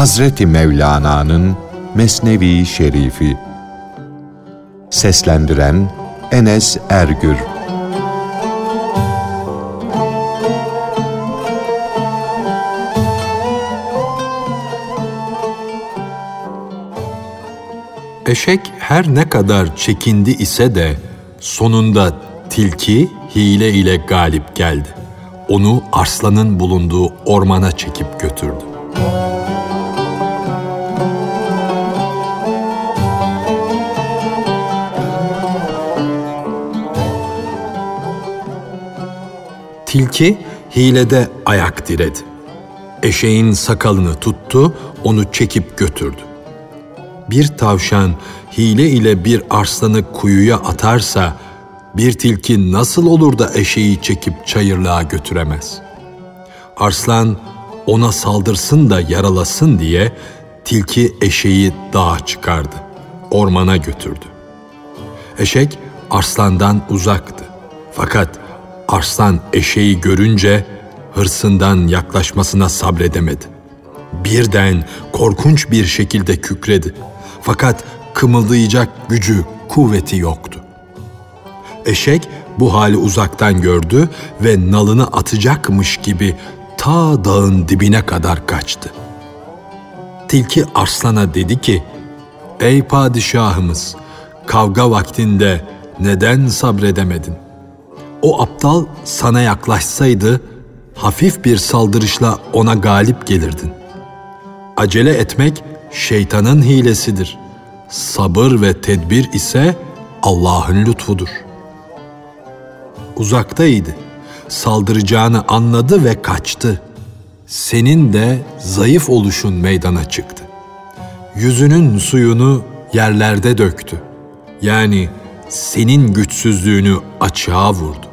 Hazreti Mevlana'nın Mesnevi Şerifi. Seslendiren Enes Ergür. Eşek her ne kadar çekindi ise de sonunda tilki hile ile galip geldi. Onu arslanın bulunduğu ormana çekip götürdü. Tilki hilede ayak diredi. Eşeğin sakalını tuttu, onu çekip götürdü. Bir tavşan hile ile bir arslanı kuyuya atarsa, bir tilki nasıl olur da eşeği çekip çayırlığa götüremez? Arslan ona saldırsın da yaralasın diye tilki eşeği dağa çıkardı, ormana götürdü. Eşek arslandan uzaktı. Fakat arslan eşeği görünce hırsından yaklaşmasına sabredemedi. Birden korkunç bir şekilde kükredi. Fakat kımıldayacak gücü, kuvveti yoktu. Eşek bu hali uzaktan gördü ve nalını atacakmış gibi ta dağın dibine kadar kaçtı. Tilki arslana dedi ki, "Ey padişahımız, kavga vaktinde neden sabredemedin? O aptal sana yaklaşsaydı, hafif bir saldırışla ona galip gelirdin. Acele etmek şeytanın hilesidir. Sabır ve tedbir ise Allah'ın lütfudur." Uzaktaydı. Saldıracağını anladı ve kaçtı. Senin de zayıf oluşun meydana çıktı. Yüzünün suyunu yerlerde döktü. Yani senin güçsüzlüğünü açığa vurdu.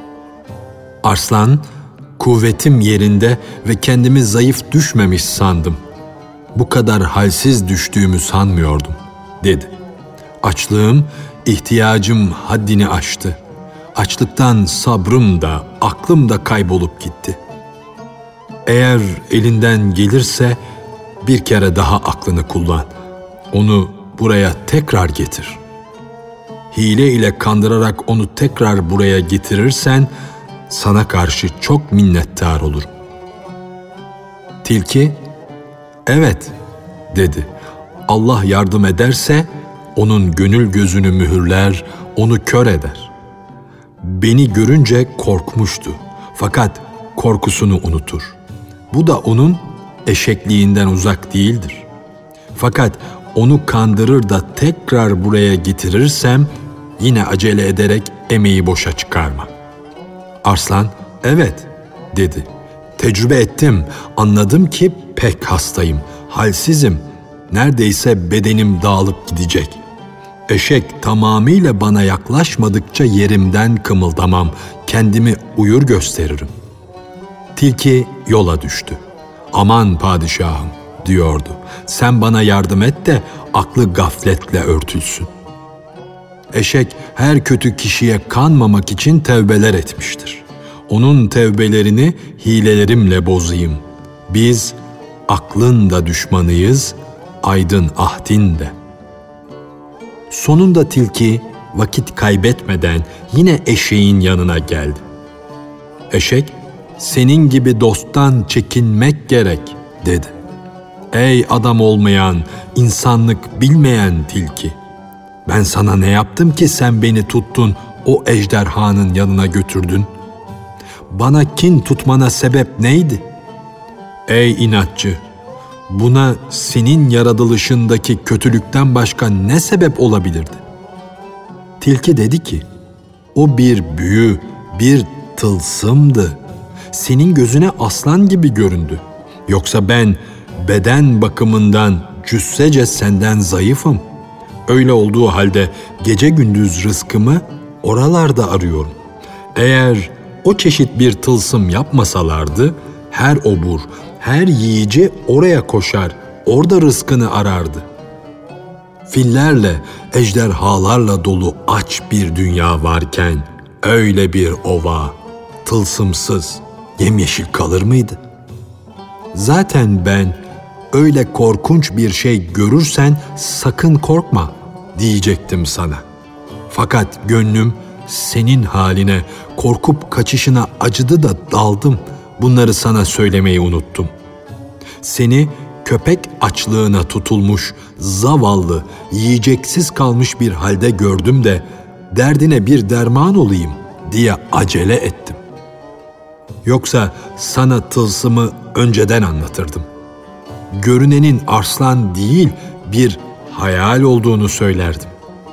Arslan, kuvvetim yerinde ve kendimi zayıf düşmemiş sandım. Bu kadar halsiz düştüğümü sanmıyordum, dedi. Açlığım, ihtiyacım haddini aştı. Açlıktan sabrım da, aklım da kaybolup gitti. Eğer elinden gelirse bir kere daha aklını kullan. Onu buraya tekrar getir. Hile ile kandırarak onu tekrar buraya getirirsen, sana karşı çok minnettar olurum. Tilki, "Evet," dedi. "Allah yardım ederse onun gönül gözünü mühürler, onu kör eder." Beni görünce korkmuştu. Fakat korkusunu unutur. Bu da onun eşekliğinden uzak değildir. Fakat onu kandırır da tekrar buraya getirirsem, yine acele ederek emeği boşa çıkarma. Arslan, "Evet," dedi. "Tecrübe ettim, anladım ki pek hastayım, halsizim, neredeyse bedenim dağılıp gidecek. Eşek tamamıyla bana yaklaşmadıkça yerimden kımıldamam, kendimi uyur gösteririm." Tilki yola düştü. "Aman padişahım," diyordu, "sen bana yardım et de aklı gafletle örtülsün." Eşek her kötü kişiye kanmamak için tevbeler etmiştir. Onun tevbelerini hilelerimle bozayım. Biz aklın da düşmanıyız, aydın ahdin de. Sonunda tilki vakit kaybetmeden yine eşeğin yanına geldi. Eşek, "Senin gibi dosttan çekinmek gerek," dedi. "Ey adam olmayan, insanlık bilmeyen tilki! Ben sana ne yaptım ki sen beni tuttun, o ejderhanın yanına götürdün? Bana kin tutmana sebep neydi? Ey inatçı! Buna senin yaratılışındaki kötülükten başka ne sebep olabilirdi?" Tilki dedi ki, "O bir büyü, bir tılsımdı. Senin gözüne aslan gibi göründü. Yoksa ben beden bakımından cüssece senden zayıfım. Öyle olduğu halde gece gündüz rızkımı oralarda arıyorum. Eğer o çeşit bir tılsım yapmasalardı, her obur, her yiyici oraya koşar, orada rızkını arardı. Fillerle, ejderhalarla dolu aç bir dünya varken, öyle bir ova, tılsımsız, yemyeşil kalır mıydı? Zaten ben öyle korkunç bir şey görürsen sakın korkma diyecektim sana. Fakat gönlüm senin haline, korkup kaçışına acıdı da daldım. Bunları sana söylemeyi unuttum. Seni köpek açlığına tutulmuş, zavallı, yiyeceksiz kalmış bir halde gördüm de derdine bir derman olayım diye acele ettim. Yoksa sana tılsımı önceden anlatırdım. Görünenin arslan değil bir hayal olduğunu söylerdim.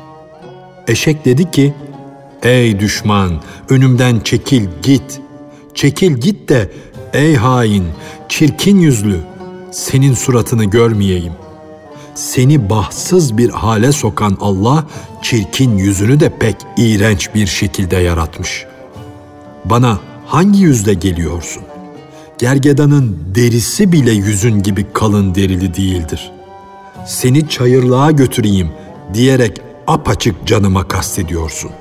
Eşek dedi ki, ey düşman, önümden çekil git. Çekil git de ey hain, çirkin yüzlü, senin suratını görmeyeyim. Seni bahtsız bir hale sokan Allah, çirkin yüzünü de pek iğrenç bir şekilde yaratmış. Bana hangi yüzle geliyorsun? Gergedanın derisi bile yüzün gibi kalın derili değildir. Seni çayırlığa götüreyim diyerek apaçık canıma kastediyorsun.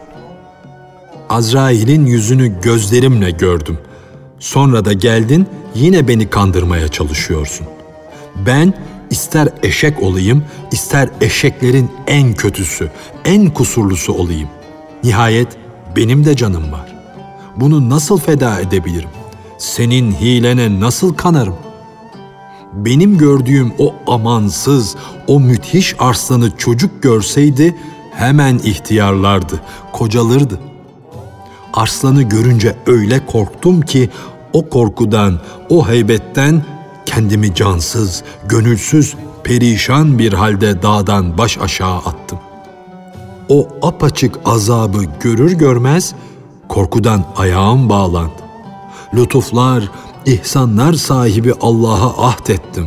Azrail'in yüzünü gözlerimle gördüm. Sonra da geldin yine beni kandırmaya çalışıyorsun. Ben ister eşek olayım, ister eşeklerin en kötüsü, en kusurlusu olayım. Nihayet benim de canım var. Bunu nasıl feda edebilirim? Senin hilene nasıl kanarım? Benim gördüğüm o amansız, o müthiş arslanı çocuk görseydi hemen ihtiyarlardı, kocalırdı. Arslanı görünce öyle korktum ki o korkudan, o heybetten kendimi cansız, gönülsüz, perişan bir halde dağdan baş aşağı attım. O apaçık azabı görür görmez korkudan ayağım bağlandı. Lütuflar, ihsanlar sahibi Allah'a ahdettim.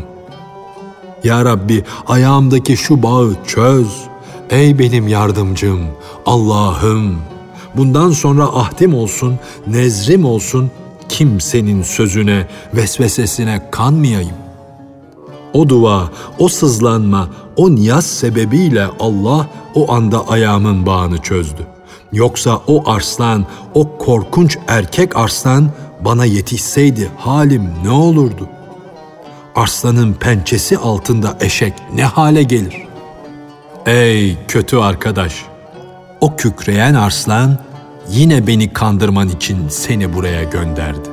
Ya Rabbi, ayağımdaki şu bağı çöz. Ey benim yardımcım, Allah'ım. Bundan sonra ahdim olsun, nezrim olsun, kimsenin sözüne, vesvesesine kanmayayım. O dua, o sızlanma, o niyaz sebebiyle Allah o anda ayağımın bağını çözdü. Yoksa o arslan, o korkunç erkek arslan bana yetişseydi halim ne olurdu? Arslanın pençesi altında eşek ne hale gelir? Ey kötü arkadaş! O kükreyen arslan yine beni kandırman için seni buraya gönderdi.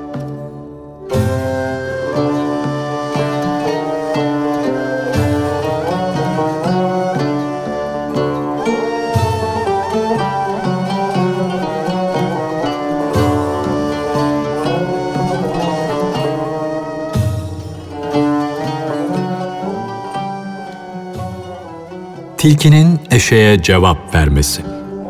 Tilkinin eşeğe cevap vermesi.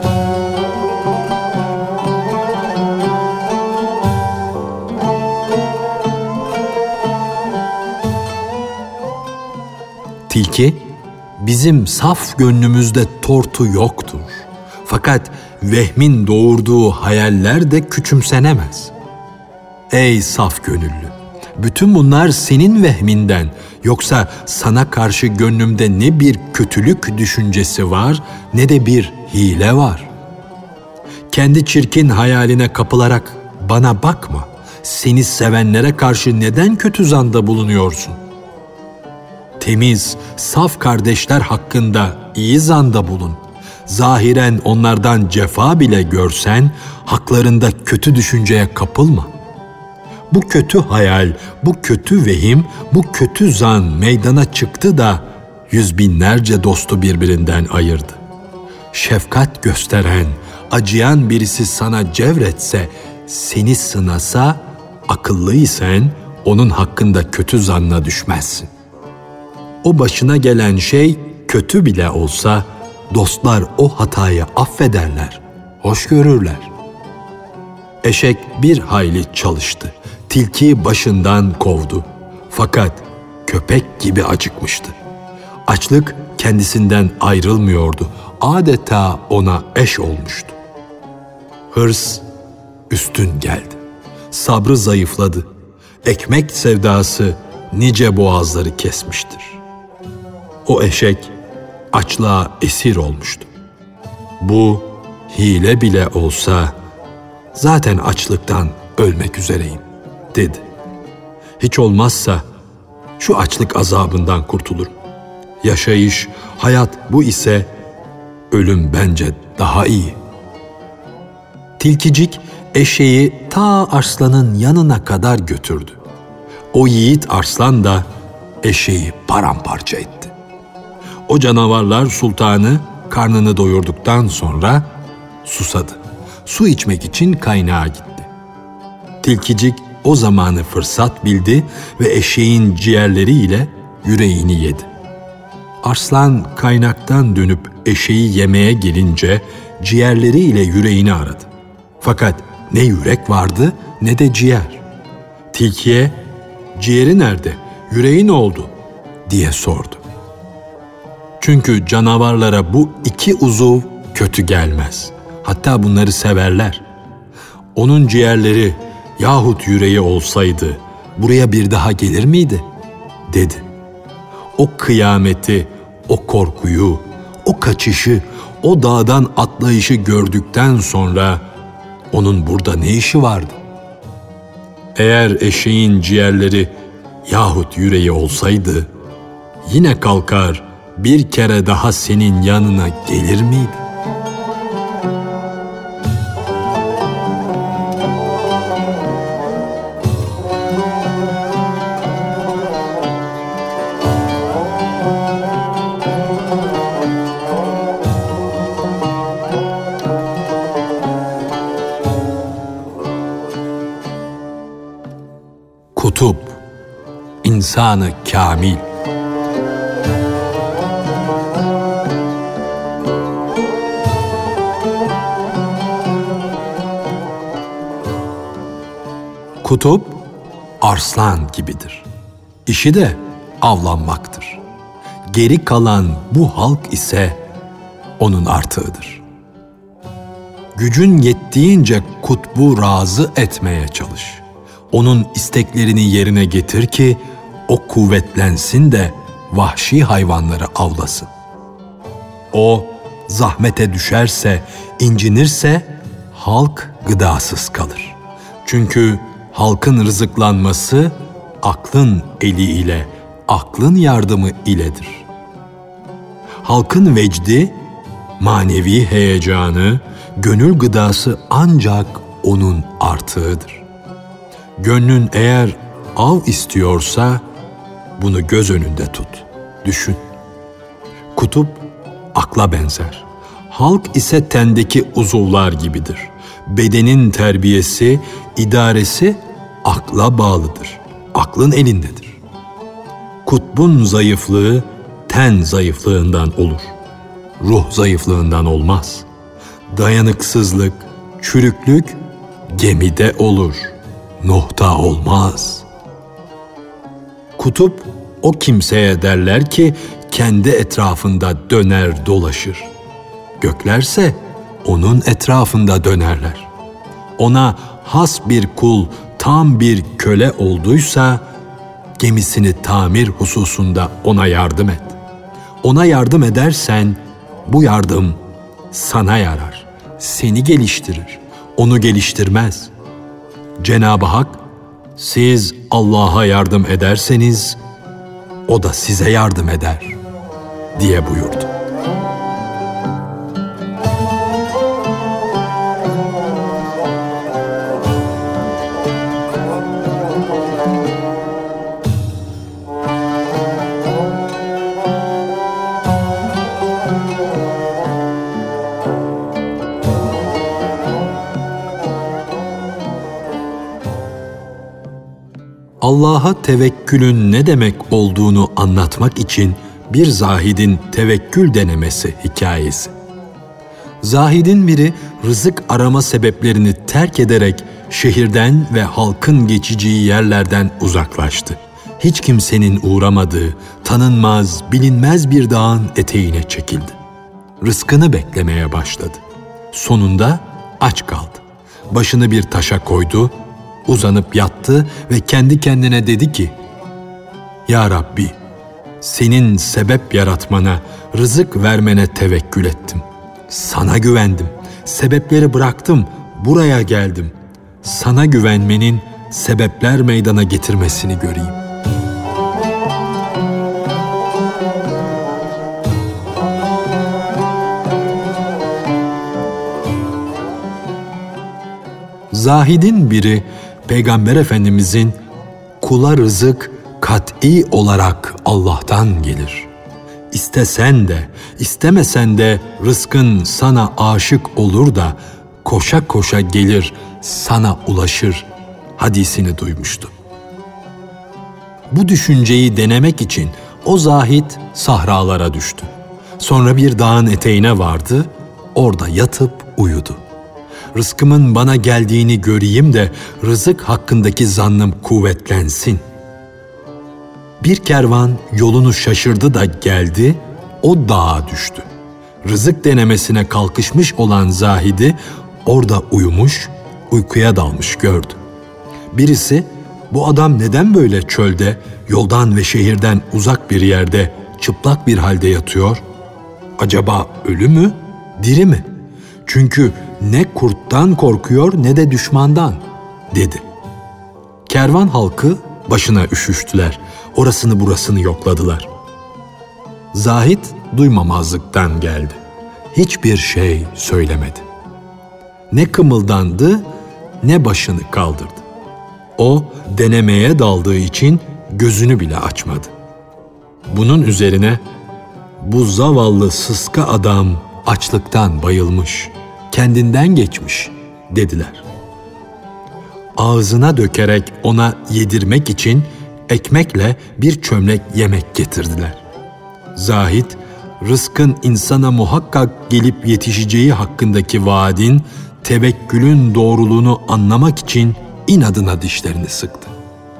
Tilki, bizim saf gönlümüzde tortu yoktur. Fakat vehmin doğurduğu hayaller de küçümsenemez. Ey saf gönüllü! Bütün bunlar senin vehminden, yoksa sana karşı gönlümde ne bir kötülük düşüncesi var, ne de bir hile var. Kendi çirkin hayaline kapılarak bana bakma, seni sevenlere karşı neden kötü zanda bulunuyorsun? Temiz, saf kardeşler hakkında iyi zanda bulun. Zahiren onlardan cefa bile görsen, haklarında kötü düşünceye kapılma. Bu kötü hayal, bu kötü vehim, bu kötü zan meydana çıktı da yüz binlerce dostu birbirinden ayırdı. Şefkat gösteren, acıyan birisi sana cevretse, seni sınasa, akıllıysen onun hakkında kötü zanna düşmezsin. O başına gelen şey kötü bile olsa, dostlar o hatayı affederler, hoş görürler. Eşek bir hayli çalıştı. Tilkiyi başından kovdu. Fakat köpek gibi acıkmıştı. Açlık kendisinden ayrılmıyordu. Adeta ona eş olmuştu. Hırs üstün geldi. Sabrı zayıfladı. Ekmek sevdası nice boğazları kesmiştir. O eşek açlığa esir olmuştu. Bu hile bile olsa zaten açlıktan ölmek üzereyim dedi. Hiç olmazsa Şu açlık azabından kurtulurum. Yaşayış, hayat bu ise ölüm bence daha iyi. Tilkicik eşeği ta arslanın yanına kadar götürdü. O yiğit arslan da eşeği paramparça etti. O canavarlar sultanı karnını doyurduktan sonra susadı. Su içmek için kaynağa gitti. Tilkicik o zamanı fırsat bildi ve eşeğin ciğerleriyle yüreğini yedi. Arslan kaynaktan dönüp eşeği yemeye gelince ciğerleriyle yüreğini aradı. Fakat ne yürek vardı ne de ciğer. Tilkiye, "Ciğeri nerede, yüreği ne oldu?" diye sordu. Çünkü canavarlara bu iki uzuv kötü gelmez. Hatta bunları severler. Onun ciğerleri yahut yüreği olsaydı buraya bir daha gelir miydi? Dedi. O kıyameti, o korkuyu, o kaçışı, o dağdan atlayışı gördükten sonra onun burada ne işi vardı? Eğer eşeğin ciğerleri yahut yüreği olsaydı yine kalkar bir kere daha senin yanına gelir miydi? Kutup, insanı kamil. Kutup, arslan gibidir. İşi de avlanmaktır. Geri kalan bu halk ise onun artığıdır. Gücün yettiğince kutbu razı etmeye çalış. Onun isteklerini yerine getir ki o kuvvetlensin de vahşi hayvanları avlasın. O zahmete düşerse, incinirse halk gıdasız kalır. Çünkü halkın rızıklanması aklın eliyle, aklın yardımı iledir. Halkın vecdi, manevi heyecanı, gönül gıdası ancak onun artığıdır. Gönlün eğer av istiyorsa bunu göz önünde tut, düşün. Kutup akla benzer. Halk ise tendeki uzuvlar gibidir. Bedenin terbiyesi, idaresi akla bağlıdır. Aklın elindedir. Kutbun zayıflığı ten zayıflığından olur. Ruh zayıflığından olmaz. Dayanıksızlık, çürüklük gemide olur. Nuh'ta olmaz. Kutup o kimseye derler ki kendi etrafında döner dolaşır. Göklerse onun etrafında dönerler. Ona has bir kul, tam bir köle olduysa gemisini tamir hususunda ona yardım et. Ona yardım edersen bu yardım sana yarar, seni geliştirir, onu geliştirmez. Cenab-ı Hak, siz Allah'a yardım ederseniz o da size yardım eder diye buyurdu. Allah'a tevekkülün ne demek olduğunu anlatmak için bir zahidin tevekkül denemesi hikayesi. Zahidin biri rızık arama sebeplerini terk ederek şehirden ve halkın geçeceği yerlerden uzaklaştı. Hiç kimsenin uğramadığı, tanınmaz, bilinmez bir dağın eteğine çekildi. Rızkını beklemeye başladı. Sonunda aç kaldı. Başını bir taşa koydu, uzanıp yattı ve kendi kendine dedi ki, "Ya Rabbi, senin sebep yaratmana, rızık vermene tevekkül ettim. Sana güvendim, sebepleri bıraktım, buraya geldim. Sana güvenmenin sebepler meydana getirmesini göreyim." Zahidin biri Peygamber Efendimizin kula rızık kat'i olarak Allah'tan gelir. İstesen de istemesen de rızkın sana aşık olur da koşa koşa gelir sana ulaşır hadisini duymuştu. Bu düşünceyi denemek için o zahid sahralara düştü. Sonra bir dağın eteğine vardı, orada yatıp uyudu. Rızkımın bana geldiğini göreyim de rızık hakkındaki zannım kuvvetlensin. Bir kervan yolunu şaşırdı da geldi, o dağa düştü. Rızık denemesine kalkışmış olan zahidi orada uyumuş, uykuya dalmış gördü. Birisi, bu adam neden böyle çölde, yoldan ve şehirden uzak bir yerde çıplak bir halde yatıyor? Acaba ölü mü, diri mi? Çünkü ne kurttan korkuyor ne de düşmandan, dedi. Kervan halkı başına üşüştüler, orasını burasını yokladılar. Zahid duymamazlıktan geldi. Hiçbir şey söylemedi. Ne kımıldandı ne başını kaldırdı. O denemeye daldığı için gözünü bile açmadı. Bunun üzerine bu zavallı sıska adam açlıktan bayılmış, kendinden geçmiş dediler. Ağzına dökerek ona yedirmek için ekmekle bir çömlek yemek getirdiler. Zahid, rızkın insana muhakkak gelip yetişeceği hakkındaki vaadin, tevekkülün doğruluğunu anlamak için inadına dişlerini sıktı.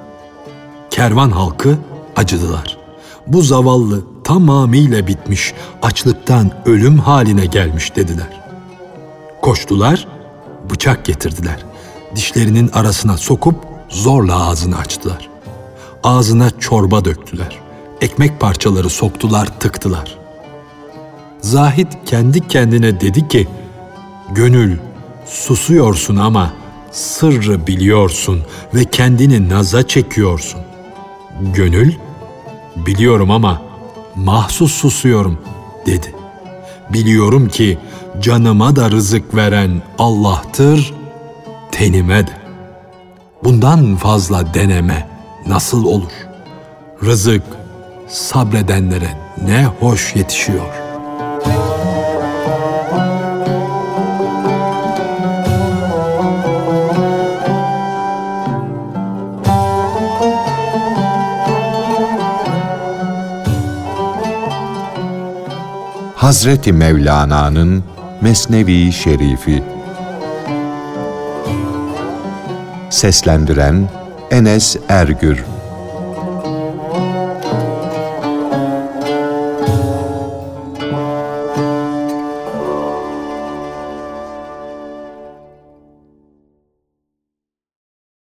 Kervan halkı acıdılar. Bu zavallı tamamıyla bitmiş, açlıktan ölüm haline gelmiş dediler. Koştular, bıçak getirdiler. Dişlerinin arasına sokup zorla ağzını açtılar. Ağzına çorba döktüler. Ekmek parçaları soktular, tıktılar. Zahid kendi kendine dedi ki, "Gönül, susuyorsun ama sırrı biliyorsun ve kendini naza çekiyorsun." Gönül, "Biliyorum ama mahsus susuyorum," dedi. "Biliyorum ki canıma da rızık veren Allah'tır, tenime de. Bundan fazla deneme nasıl olur? Rızık sabredenlere ne hoş yetişiyor." Hazreti Mevlana'nın Mesnevi Şerifi. Seslendiren Enes Ergür.